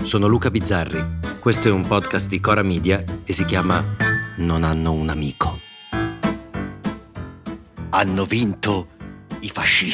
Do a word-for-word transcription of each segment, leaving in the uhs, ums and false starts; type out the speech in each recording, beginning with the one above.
sono Luca Bizzarri. Questo è un podcast di Cora Media e si chiama Non hanno un amico. Hanno vinto i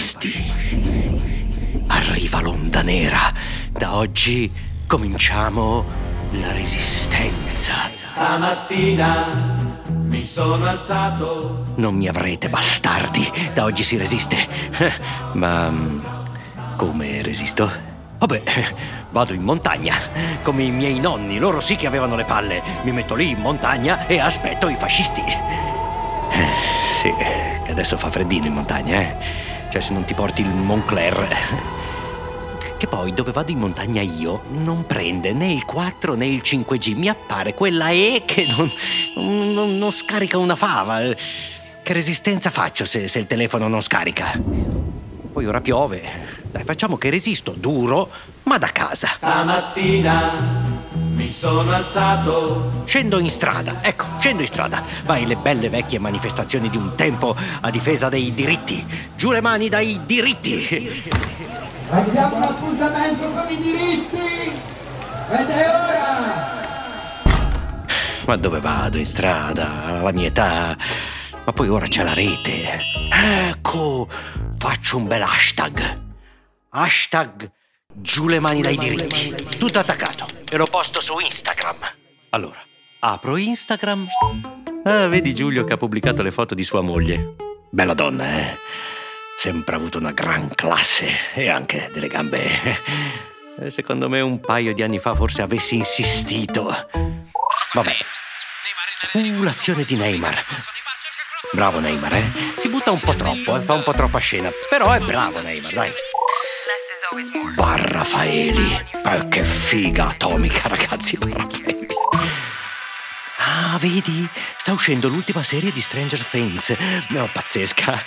fascisti. Arriva l'onda nera. Da oggi cominciamo la resistenza. Stamattina mi sono alzato. Non mi avrete, bastardi. Da oggi si resiste. Ma come resisto? Vabbè, vado in montagna, come i miei nonni, loro sì che avevano le palle. Mi metto lì in montagna e aspetto i fascisti. Eh, sì, che adesso fa freddino in montagna, eh. Cioè se non ti porti il Moncler. Che poi dove vado in montagna io non prende né il quattro né il cinque G. Mi appare quella E che non, non, non scarica una fava. Che resistenza faccio se, se il telefono non scarica? Poi ora piove. Dai, facciamo che resisto duro, ma da casa. Stamattina mi sono alzato. Scendo in strada, ecco, scendo in strada. Vai, le belle vecchie manifestazioni di un tempo a difesa dei diritti. Giù le mani dai diritti. Abbiamo un appuntamento con i diritti. Ed è ora. Ma dove vado in strada? Alla mia età. Ma poi ora c'è la rete. Ecco, faccio un bel hashtag. Hashtag giù le mani dai diritti. Tutto attaccato. E lo posto su Instagram. Allora, apro Instagram. Ah, vedi Giulio che ha pubblicato le foto di sua moglie. Bella donna, eh? Sempre avuto una gran classe e anche delle gambe. Eh, secondo me un paio di anni fa forse avessi insistito. Vabbè. Uh, l'azione di Neymar. Bravo Neymar, eh? Si butta un po' troppo, eh? Fa un po' troppa scena. Però è bravo Neymar, dai. Bar Raffaeli. Eh, che figa atomica, ragazzi, Bar Raffaeli. Ah, vedi? Sta uscendo l'ultima serie di Stranger Things. No, pazzesca.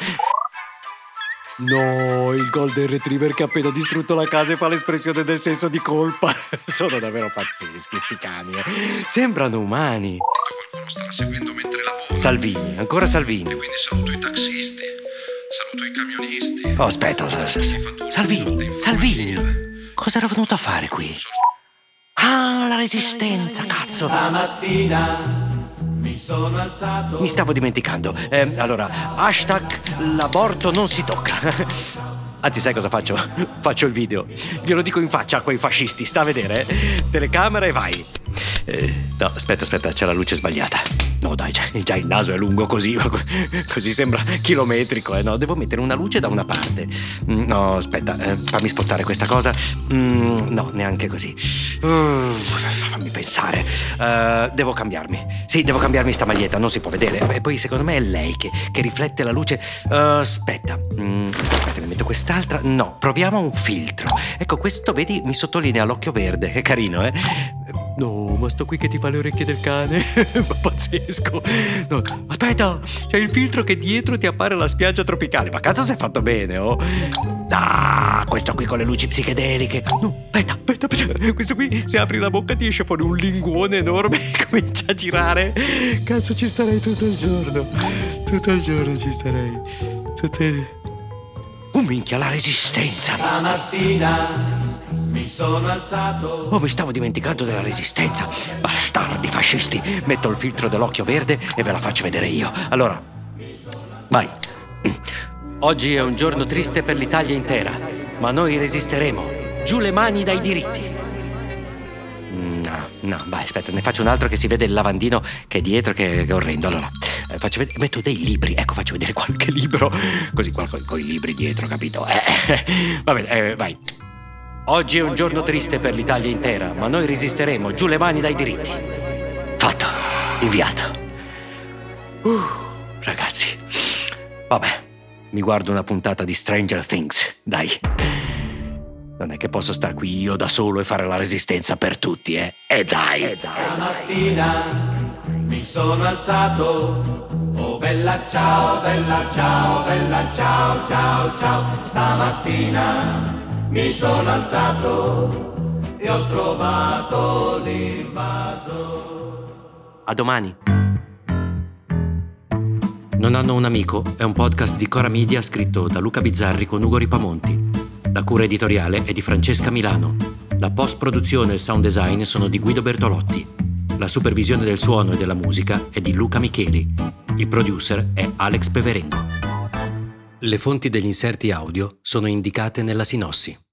No, il Golden Retriever che ha appena distrutto la casa e fa l'espressione del senso di colpa. Sono davvero pazzeschi sti cani, eh? Sembrano umani. Qualcuno starà seguendo mentre lavora. Salvini, ancora Salvini. E quindi saluto i taxisti, saluto i camionisti. Oh, aspetta, Salvini, Salvini. Cosa era venuto a fare qui? Ah, la resistenza, cazzo. Stamattina mi sono alzato. Mi stavo dimenticando. Eh, allora, hashtag l'aborto non si tocca. Anzi, sai cosa faccio? Faccio il video. Glielo dico in faccia a quei fascisti. Sta a vedere, eh? Telecamera e vai. Eh, no, aspetta, aspetta, c'è la luce sbagliata. No, dai, già, già il naso è lungo così. Così sembra chilometrico, eh? No, devo mettere una luce da una parte. No, aspetta, eh, fammi spostare questa cosa. Mm, no, neanche così. Uh, fammi pensare. Uh, devo cambiarmi. Sì, devo cambiarmi sta maglietta, non si può vedere. E poi secondo me è lei che, che riflette la luce. Uh, aspetta. Mm, aspetta, ne metto quest'altra. No, proviamo un filtro. Ecco, questo, vedi, mi sottolinea l'occhio verde. È carino, eh? No, ma sto qui che ti fa le orecchie del cane. Ma pazzesco. No, aspetta, c'è il filtro che dietro ti appare la spiaggia tropicale. Ma cazzo sei fatto bene, oh. Ah, questo qui con le luci psichedeliche. No, aspetta, aspetta, aspetta. Questo qui, se apri la bocca ti esce fuori un linguone enorme e comincia a girare. Cazzo, ci starei tutto il giorno. Tutto il giorno ci starei. Tutto il... Oh minchia, la resistenza. Stamattina mi sono alzato. Oh, mi stavo dimenticando della resistenza. Bastardi fascisti. Metto il filtro dell'occhio verde e ve la faccio vedere io. Allora, vai. Oggi è un giorno triste per l'Italia intera, ma noi resisteremo. Giù le mani dai diritti. No, no, vai, aspetta, ne faccio un altro che si vede il lavandino che è dietro, che, che è orrendo. Allora, eh, faccio vedere, metto dei libri, ecco, faccio vedere qualche libro, così qua con i libri dietro, capito? Eh, va bene, eh, vai. Oggi è un giorno triste per l'Italia intera, ma noi resisteremo. Giù le mani dai diritti. Fatto, inviato. Uh, ragazzi, vabbè, mi guardo una puntata di Stranger Things, dai. Non è che posso star qui io da solo e fare la resistenza per tutti, eh? E dai, e dai. Stamattina mi sono alzato. Oh bella ciao, bella ciao, bella ciao, ciao, ciao. Stamattina mi sono alzato e ho trovato l'invaso. A domani. Non hanno un amico è un podcast di Cora Media scritto da Luca Bizzarri con Ugo Ripamonti. La cura editoriale è di Francesca Milano. La post-produzione e il sound design sono di Guido Bertolotti. La supervisione del suono e della musica è di Luca Micheli. Il producer è Alex Peverengo. Le fonti degli inserti audio sono indicate nella sinossi.